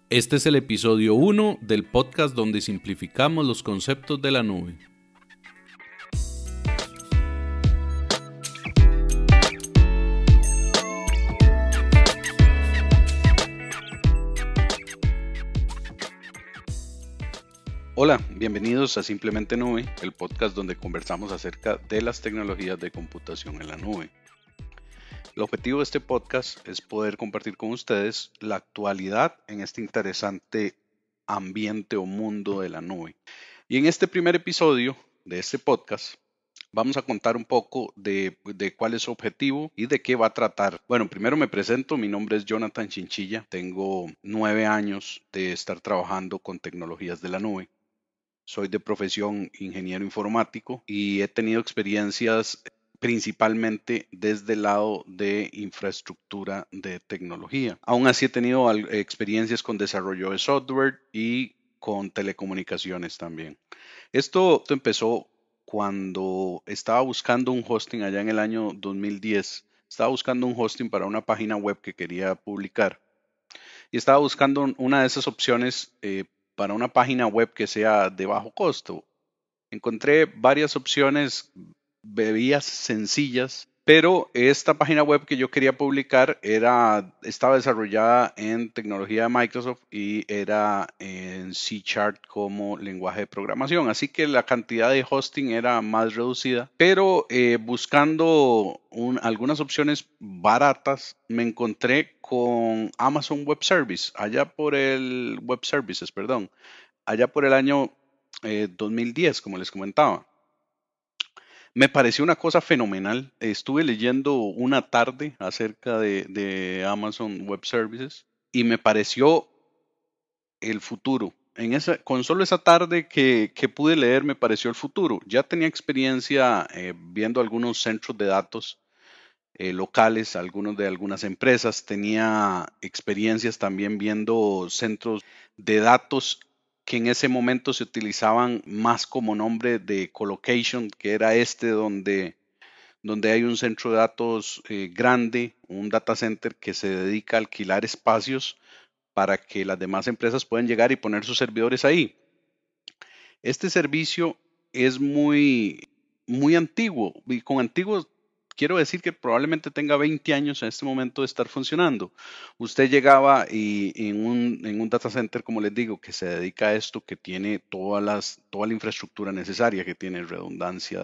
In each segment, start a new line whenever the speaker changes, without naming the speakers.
Este es el episodio 1 del podcast donde simplificamos los conceptos de la nube. Hola, bienvenidos a Simplemente Nube, el podcast donde conversamos acerca de las tecnologías de computación en la nube. El objetivo de este podcast es poder compartir con ustedes la actualidad en este interesante ambiente o mundo de la nube. Y en este primer episodio de este podcast vamos a contar un poco de cuál es su objetivo y de qué va a tratar. Bueno, primero me presento, mi nombre es Jonathan Chinchilla, tengo 9 años de estar trabajando con tecnologías de la nube. Soy de profesión ingeniero informático y he tenido experiencias principalmente desde el lado de infraestructura de tecnología. Aún así he tenido experiencias con desarrollo de software y con telecomunicaciones también. Esto empezó cuando estaba buscando un hosting allá en el año 2010. Estaba buscando un hosting para una página web que quería publicar y estaba buscando una de esas opciones para una página web que sea de bajo costo. Encontré varias opciones, vías sencillas, pero esta página web que yo quería publicar estaba desarrollada en tecnología de Microsoft y era en C# como lenguaje de programación, así que la cantidad de hosting era más reducida, pero buscando algunas opciones baratas me encontré con Amazon Web Service, allá por el año 2010, como les comentaba. Me pareció una cosa fenomenal. Estuve leyendo una tarde acerca de Amazon Web Services y me pareció el futuro. Con solo esa tarde que pude leer me pareció el futuro. Ya tenía experiencia viendo algunos centros de datos locales, algunos de algunas empresas. Tenía experiencias también viendo centros de datos que en ese momento se utilizaban más como nombre de colocation, que era donde hay un centro de datos grande, un data center que se dedica a alquilar espacios para que las demás empresas puedan llegar y poner sus servidores ahí. Este servicio es muy antiguo, y con antiguo quiero decir que probablemente tenga 20 años en este momento de estar funcionando. Usted llegaba y en un data center, como les digo, que se dedica a esto, que tiene toda la infraestructura necesaria, que tiene redundancia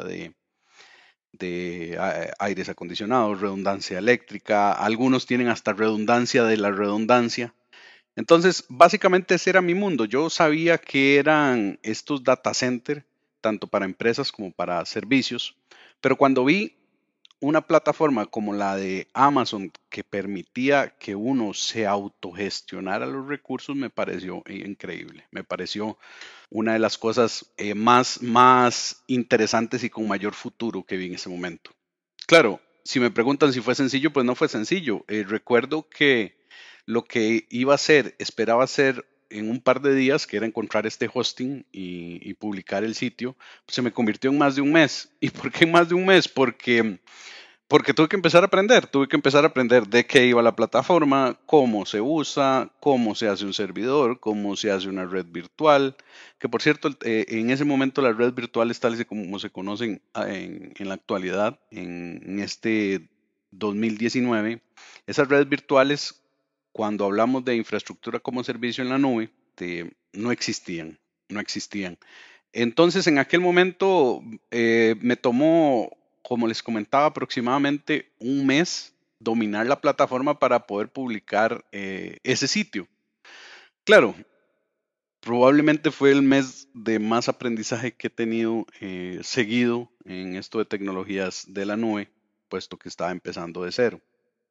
de aires acondicionados, redundancia eléctrica, algunos tienen hasta redundancia de la redundancia. Entonces, básicamente ese era mi mundo. Yo sabía que eran estos data center, tanto para empresas como para servicios, pero cuando vi una plataforma como la de Amazon que permitía que uno se autogestionara los recursos me pareció increíble. Me pareció una de las cosas más interesantes y con mayor futuro que vi en ese momento. Claro, si me preguntan si fue sencillo, pues no fue sencillo. Recuerdo que lo que iba a hacer, esperaba hacer en un par de días, que era encontrar este hosting y publicar el sitio, pues se me convirtió en más de un mes. ¿Y por qué en más de un mes? Porque tuve que empezar a aprender de qué iba la plataforma, cómo se usa, cómo se hace un servidor, cómo se hace una red virtual, que por cierto, en ese momento las redes virtuales tales y como se conocen en la actualidad, en este 2019, esas redes virtuales, cuando hablamos de infraestructura como servicio en la nube, no existían. Entonces, en aquel momento me tomó, como les comentaba, aproximadamente un mes dominar la plataforma para poder publicar ese sitio. Claro, probablemente fue el mes de más aprendizaje que he tenido seguido en esto de tecnologías de la nube, puesto que estaba empezando de cero.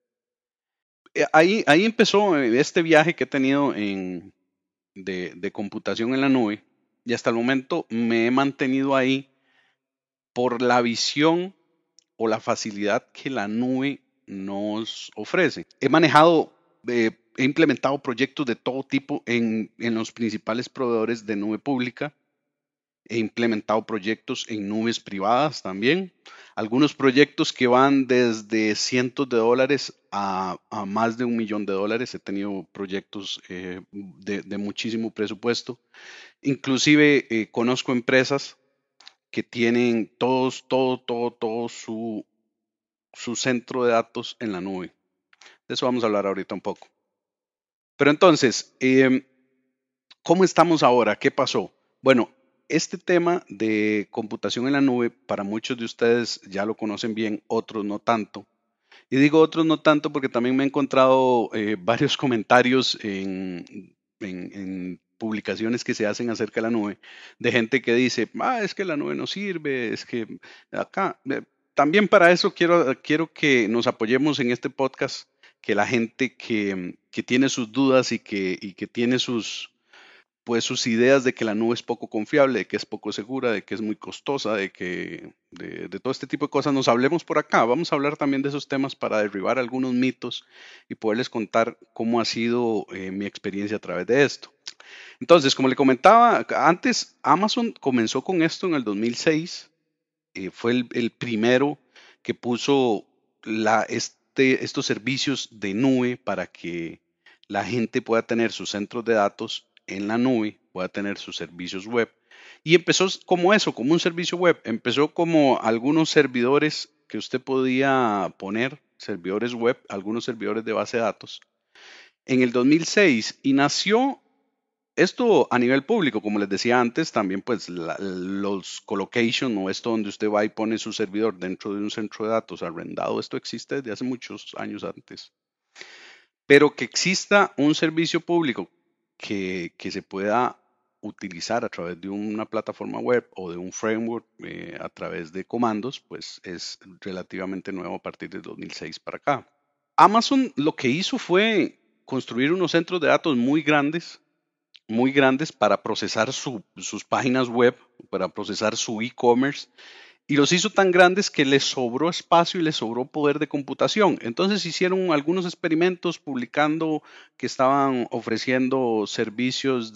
Ahí empezó este viaje que he tenido de computación en la nube y hasta el momento me he mantenido ahí por la visión o la facilidad que la nube nos ofrece. He implementado proyectos de todo tipo en los principales proveedores de nube pública He implementado proyectos en nubes privadas también. Algunos proyectos que van desde cientos de dólares a más de $1 millón. He tenido proyectos de muchísimo presupuesto. Inclusive conozco empresas que tienen todo su centro de datos en la nube. De eso vamos a hablar ahorita un poco. Pero entonces, ¿cómo estamos ahora? ¿Qué pasó? Bueno, este tema de computación en la nube, para muchos de ustedes ya lo conocen bien, otros no tanto. Y digo otros no tanto porque también me he encontrado varios comentarios en publicaciones que se hacen acerca de la nube, de gente que dice, es que la nube no sirve, es que acá. También para eso quiero que nos apoyemos en este podcast, que la gente que tiene sus dudas y que tiene sus ideas de que la nube es poco confiable, de que es poco segura, de que es muy costosa, de todo este tipo de cosas, nos hablemos por acá. Vamos a hablar también de esos temas para derribar algunos mitos y poderles contar cómo ha sido mi experiencia a través de esto. Entonces, como le comentaba antes, Amazon comenzó con esto en el 2006. Fue el primero que puso estos servicios de nube para que la gente pueda tener sus centros de datos en la nube, pueda tener sus servicios web. Y empezó como eso, como un servicio web. Empezó como algunos servidores que usted podía poner, servidores web, algunos servidores de base de datos, en el 2006 y nació esto a nivel público, como les decía antes, también pues los colocation o esto donde usted va y pone su servidor dentro de un centro de datos arrendado, esto existe desde hace muchos años antes. Pero que exista un servicio público que se pueda utilizar a través de una plataforma web o de un framework a través de comandos, pues es relativamente nuevo a partir de 2006 para acá. Amazon lo que hizo fue construir unos centros de datos muy grandes para procesar sus páginas web, para procesar su e-commerce, y los hizo tan grandes que les sobró espacio y les sobró poder de computación. Entonces hicieron algunos experimentos publicando que estaban ofreciendo servicios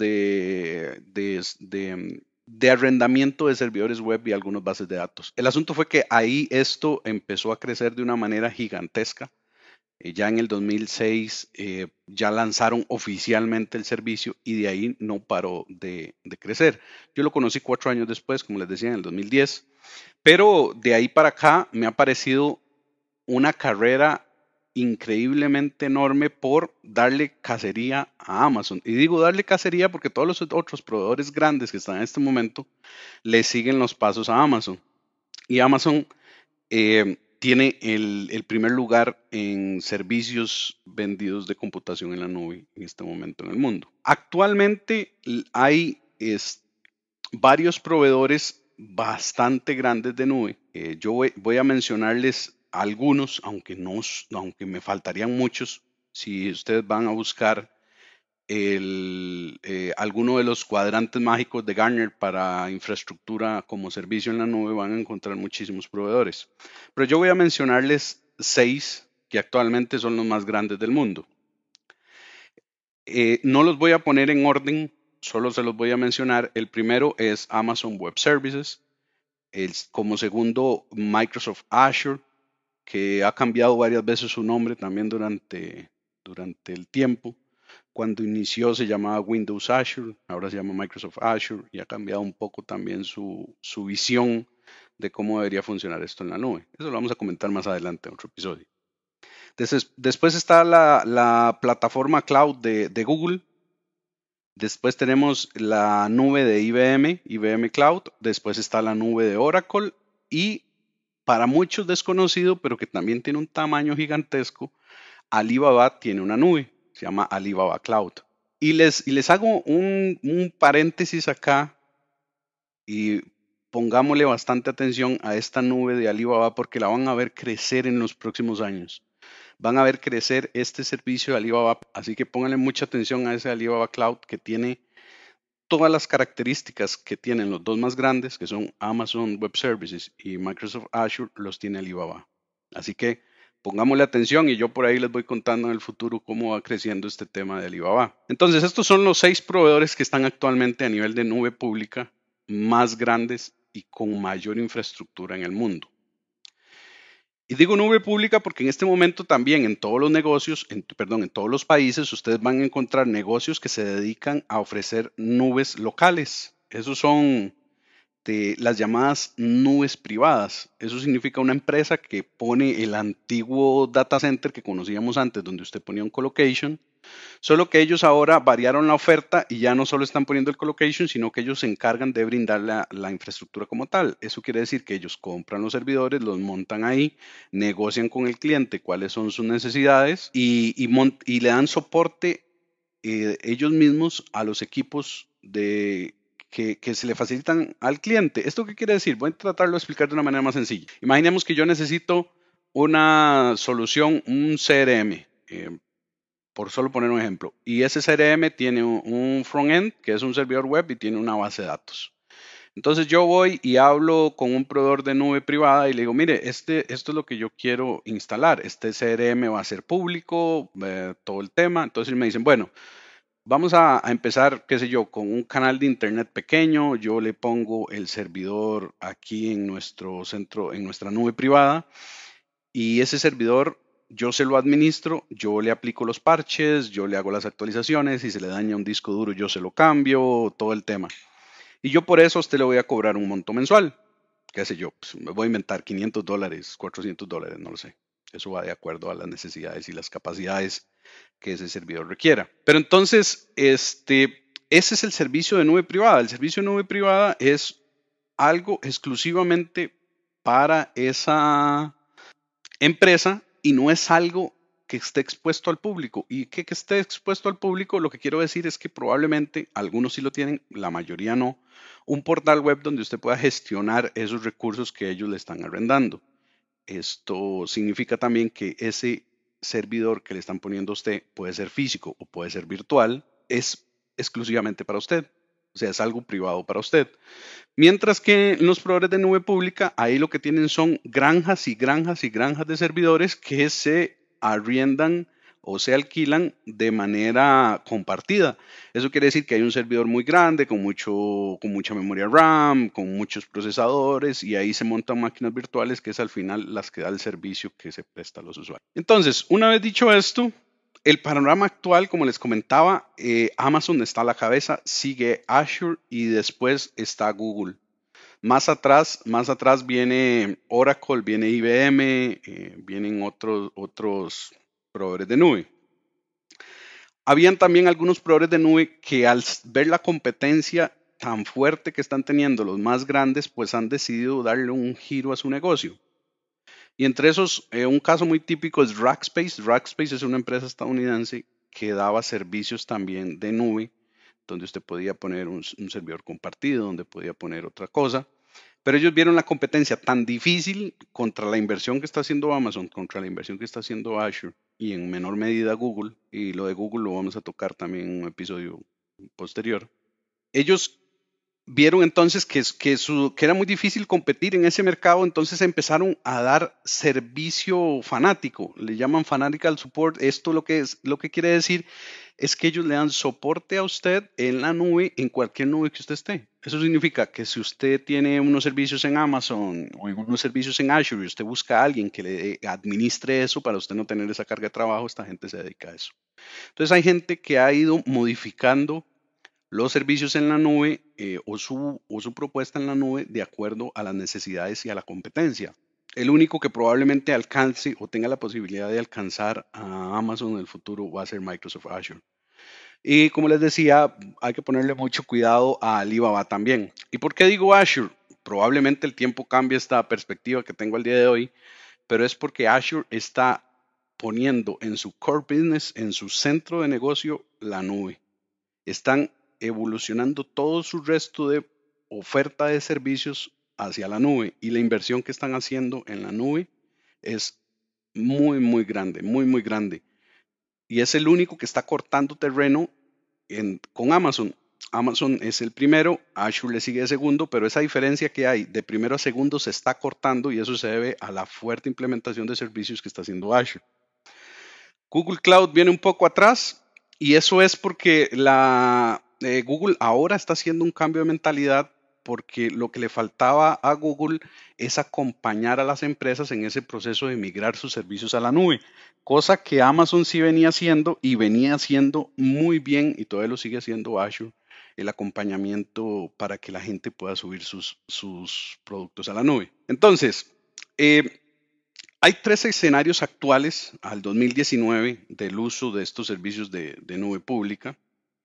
de arrendamiento de servidores web y algunas bases de datos. El asunto fue que ahí esto empezó a crecer de una manera gigantesca. Ya en el 2006 ya lanzaron oficialmente el servicio y de ahí no paró de crecer. Yo lo conocí 4 años después, como les decía, en el 2010, pero de ahí para acá me ha parecido una carrera increíblemente enorme por darle cacería a Amazon. Y digo darle cacería porque todos los otros proveedores grandes que están en este momento le siguen los pasos a Amazon. Y Amazon tiene el primer lugar en servicios vendidos de computación en la nube en este momento en el mundo. Actualmente hay varios proveedores bastante grandes de nube. Yo voy a mencionarles algunos, aunque me faltarían muchos. Si ustedes van a buscar alguno de los cuadrantes mágicos de Gartner para infraestructura como servicio en la nube, van a encontrar muchísimos proveedores. Pero yo voy a mencionarles 6 que actualmente son los más grandes del mundo. No los voy a poner en orden, solo se los voy a mencionar. El primero es Amazon Web Services. Como segundo, Microsoft Azure, que ha cambiado varias veces su nombre también durante el tiempo. Cuando inició se llamaba Windows Azure, ahora se llama Microsoft Azure y ha cambiado un poco también su visión de cómo debería funcionar esto en la nube. Eso lo vamos a comentar más adelante en otro episodio. Después está la plataforma cloud de Google. Después tenemos la nube de IBM Cloud. Después está la nube de Oracle y para muchos desconocido, pero que también tiene un tamaño gigantesco, Alibaba tiene una nube, se llama Alibaba Cloud. Y les hago un paréntesis acá y pongámosle bastante atención a esta nube de Alibaba porque la van a ver crecer en los próximos años. Van a ver crecer este servicio de Alibaba, así que pónganle mucha atención a ese Alibaba Cloud que tiene todas las características que tienen los dos más grandes, que son Amazon Web Services y Microsoft Azure, los tiene Alibaba. Así que pongámosle atención y yo por ahí les voy contando en el futuro cómo va creciendo este tema de Alibaba. Entonces, estos son los 6 proveedores que están actualmente a nivel de nube pública más grandes y con mayor infraestructura en el mundo. Y digo nube pública porque en este momento también en todos los negocios, en todos los países, ustedes van a encontrar negocios que se dedican a ofrecer nubes locales. Esos son de las llamadas nubes privadas. Eso significa una empresa que pone el antiguo data center que conocíamos antes, donde usted ponía un colocation. Solo que ellos ahora variaron la oferta y ya no solo están poniendo el colocation, sino que ellos se encargan de brindar la infraestructura como tal. Eso quiere decir que ellos compran los servidores, los montan ahí, negocian con el cliente cuáles son sus necesidades y le dan soporte ellos mismos a los equipos que se le facilitan al cliente. ¿Esto qué quiere decir? Voy a tratarlo de explicar de una manera más sencilla. Imaginemos que yo necesito una solución, un CRM. Por solo poner un ejemplo. Y ese CRM tiene un front-end, que es un servidor web, y tiene una base de datos. Entonces yo voy y hablo con un proveedor de nube privada y le digo, mire, esto es lo que yo quiero instalar. Este CRM va a ser público, todo el tema. Entonces me dicen, bueno, vamos a empezar, qué sé yo, con un canal de internet pequeño. Yo le pongo el servidor aquí en nuestro centro, en nuestra nube privada. Y ese servidor yo se lo administro, yo le aplico los parches, yo le hago las actualizaciones, si se le daña un disco duro yo se lo cambio, todo el tema. Y yo por eso a usted le voy a cobrar un monto mensual, qué sé yo, pues me voy a inventar $500, $400, no lo sé. Eso va de acuerdo a las necesidades y las capacidades que ese servidor requiera. Pero entonces, ese es el servicio de nube privada. El servicio de nube privada es algo exclusivamente para esa empresa y no es algo que esté expuesto al público. Y que esté expuesto al público, lo que quiero decir es que probablemente algunos sí lo tienen, la mayoría no, un portal web donde usted pueda gestionar esos recursos que ellos le están arrendando. Esto significa también que ese servidor que le están poniendo a usted puede ser físico o puede ser virtual, es exclusivamente para usted. O sea, es algo privado para usted. Mientras que en los proveedores de nube pública, ahí lo que tienen son granjas y granjas y granjas de servidores que se arriendan o se alquilan de manera compartida. Eso quiere decir que hay un servidor muy grande, con mucha memoria RAM, con muchos procesadores, y ahí se montan máquinas virtuales que es al final las que da el servicio que se presta a los usuarios. Entonces, una vez dicho esto, el panorama actual, como les comentaba, Amazon está a la cabeza, sigue Azure y después está Google. Más atrás viene Oracle, viene IBM, vienen otros proveedores de nube. Habían también algunos proveedores de nube que al ver la competencia tan fuerte que están teniendo los más grandes, pues han decidido darle un giro a su negocio. Y entre esos, un caso muy típico es Rackspace. Rackspace es una empresa estadounidense que daba servicios también de nube, donde usted podía poner un servidor compartido, donde podía poner otra cosa. Pero ellos vieron la competencia tan difícil contra la inversión que está haciendo Amazon, contra la inversión que está haciendo Azure y en menor medida Google, y lo de Google lo vamos a tocar también en un episodio posterior. Ellos vieron entonces que era muy difícil competir en ese mercado, entonces empezaron a dar servicio fanático, le llaman fanatical support. Esto lo que quiere decir es que ellos le dan soporte a usted en la nube, en cualquier nube que usted esté. Eso significa que si usted tiene unos servicios en Amazon o unos servicios en Azure y usted busca a alguien que le administre eso para usted no tener esa carga de trabajo, esta gente se dedica a eso. Entonces hay gente que ha ido modificando los servicios en la nube o su propuesta en la nube de acuerdo a las necesidades y a la competencia. El único que probablemente alcance o tenga la posibilidad de alcanzar a Amazon en el futuro va a ser Microsoft Azure. Y como les decía, hay que ponerle mucho cuidado a Alibaba también. ¿Y por qué digo Azure? Probablemente el tiempo cambie esta perspectiva que tengo al día de hoy, pero es porque Azure está poniendo en su core business, en su centro de negocio, la nube. Están evolucionando todo su resto de oferta de servicios hacia la nube y la inversión que están haciendo en la nube es muy, muy grande, muy, muy grande. Y es el único que está cortando terreno con Amazon. Amazon es el primero, Azure le sigue de segundo, pero esa diferencia que hay de primero a segundo se está cortando y eso se debe a la fuerte implementación de servicios que está haciendo Azure. Google Cloud viene un poco atrás y eso es porque Google ahora está haciendo un cambio de mentalidad porque lo que le faltaba a Google es acompañar a las empresas en ese proceso de migrar sus servicios a la nube, cosa que Amazon sí venía haciendo y venía haciendo muy bien y todavía lo sigue haciendo Azure, el acompañamiento para que la gente pueda subir sus productos a la nube. Entonces, hay 3 escenarios actuales al 2019 del uso de estos servicios de nube pública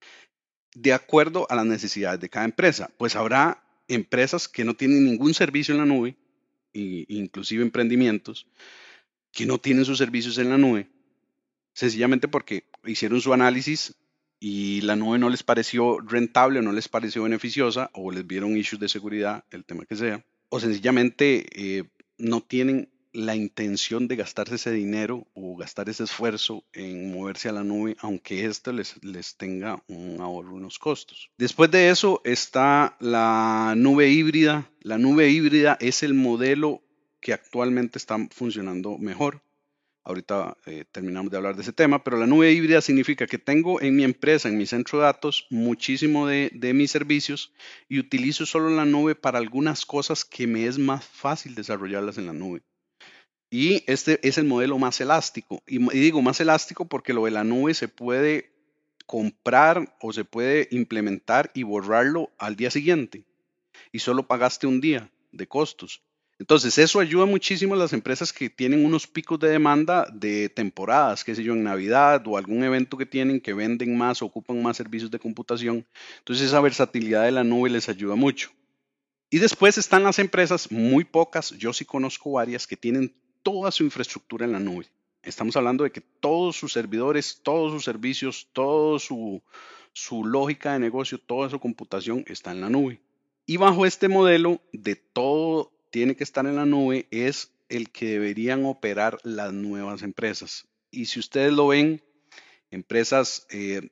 de acuerdo a las necesidades de cada empresa. Pues habrá empresas que no tienen ningún servicio en la nube, inclusive emprendimientos, que no tienen sus servicios en la nube, sencillamente porque hicieron su análisis y la nube no les pareció rentable o no les pareció beneficiosa o les vieron issues de seguridad, el tema que sea, o sencillamente no tienen la intención de gastarse ese dinero o gastar ese esfuerzo en moverse a la nube, aunque esto les tenga un ahorro, unos costos. Después de eso está la nube híbrida. La nube híbrida es el modelo que actualmente está funcionando mejor. Ahorita terminamos de hablar de ese tema, pero la nube híbrida significa que tengo en mi empresa, en mi centro de datos, muchísimo de mis servicios y utilizo solo la nube para algunas cosas que me es más fácil desarrollarlas en la nube. Y este es el modelo más elástico. Y digo más elástico porque lo de la nube se puede comprar o se puede implementar y borrarlo al día siguiente. Y solo pagaste un día de costos. Entonces eso ayuda muchísimo a las empresas que tienen unos picos de demanda de temporadas, qué sé yo, en Navidad o algún evento que tienen que venden más o ocupan más servicios de computación. Entonces esa versatilidad de la nube les ayuda mucho. Y después están las empresas, muy pocas, yo sí conozco varias que tienen toda su infraestructura en la nube. Estamos hablando de que todos sus servidores, todos sus servicios, toda su lógica de negocio, toda su computación está en la nube. Y bajo este modelo de todo tiene que estar en la nube es el que deberían operar las nuevas empresas. Y si ustedes lo ven, empresas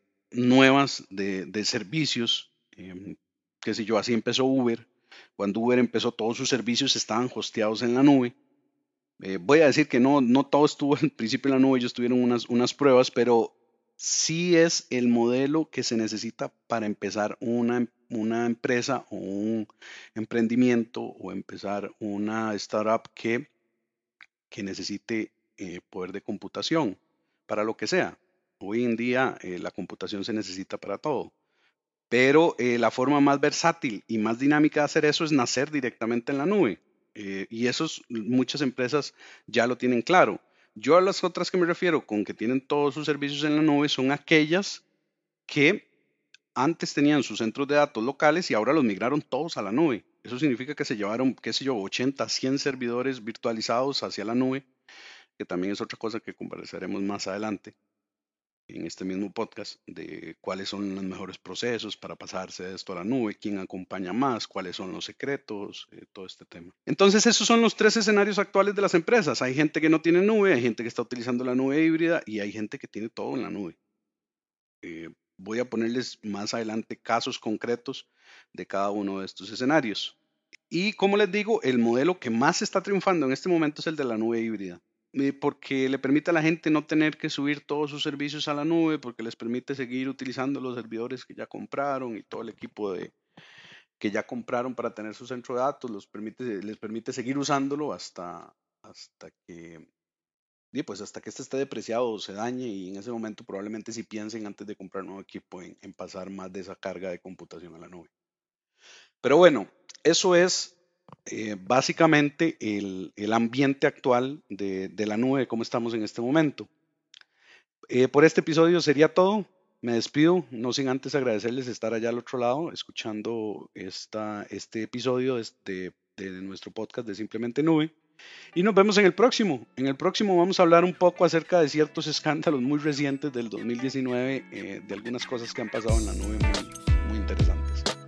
nuevas de servicios, qué sé yo, así empezó Uber. Cuando Uber empezó, todos sus servicios estaban hosteados en la nube. Voy a decir que no todo estuvo al principio en la nube, ellos tuvieron unas pruebas, pero sí es el modelo que se necesita para empezar una empresa o un emprendimiento o empezar una startup que necesite poder de computación para lo que sea. Hoy en día la computación se necesita para todo. Pero la forma más versátil y más dinámica de hacer eso es nacer directamente en la nube. Y eso muchas empresas ya lo tienen claro. Yo a las otras que me refiero con que tienen todos sus servicios en la nube son aquellas que antes tenían sus centros de datos locales y ahora los migraron todos a la nube. Eso significa que se llevaron, qué sé yo, 80, 100 servidores virtualizados hacia la nube, que también es otra cosa que conversaremos más adelante en este mismo podcast de cuáles son los mejores procesos para pasarse de esto a la nube, quién acompaña más, cuáles son los secretos, todo este tema. Entonces esos son los 3 escenarios actuales de las empresas. Hay gente que no tiene nube, hay gente que está utilizando la nube híbrida y hay gente que tiene todo en la nube. Voy a ponerles más adelante casos concretos de cada uno de estos escenarios. Y como les digo, el modelo que más está triunfando en este momento es el de la nube híbrida. Porque le permite a la gente no tener que subir todos sus servicios a la nube, porque les permite seguir utilizando los servidores que ya compraron y todo el equipo que ya compraron para tener su centro de datos, les permite seguir usándolo hasta que este esté depreciado o se dañe, y en ese momento probablemente si piensen antes de comprar nuevo equipo en pasar más de esa carga de computación a la nube. Pero bueno, eso es básicamente el ambiente actual de la nube, de cómo estamos en este momento. Por este episodio sería todo. Me despido, no sin antes agradecerles estar allá al otro lado, escuchando este episodio de nuestro podcast de Simplemente Nube. Y nos vemos en el próximo. En el próximo vamos a hablar un poco acerca de ciertos escándalos muy recientes del 2019, de algunas cosas que han pasado en la nube muy, muy interesantes.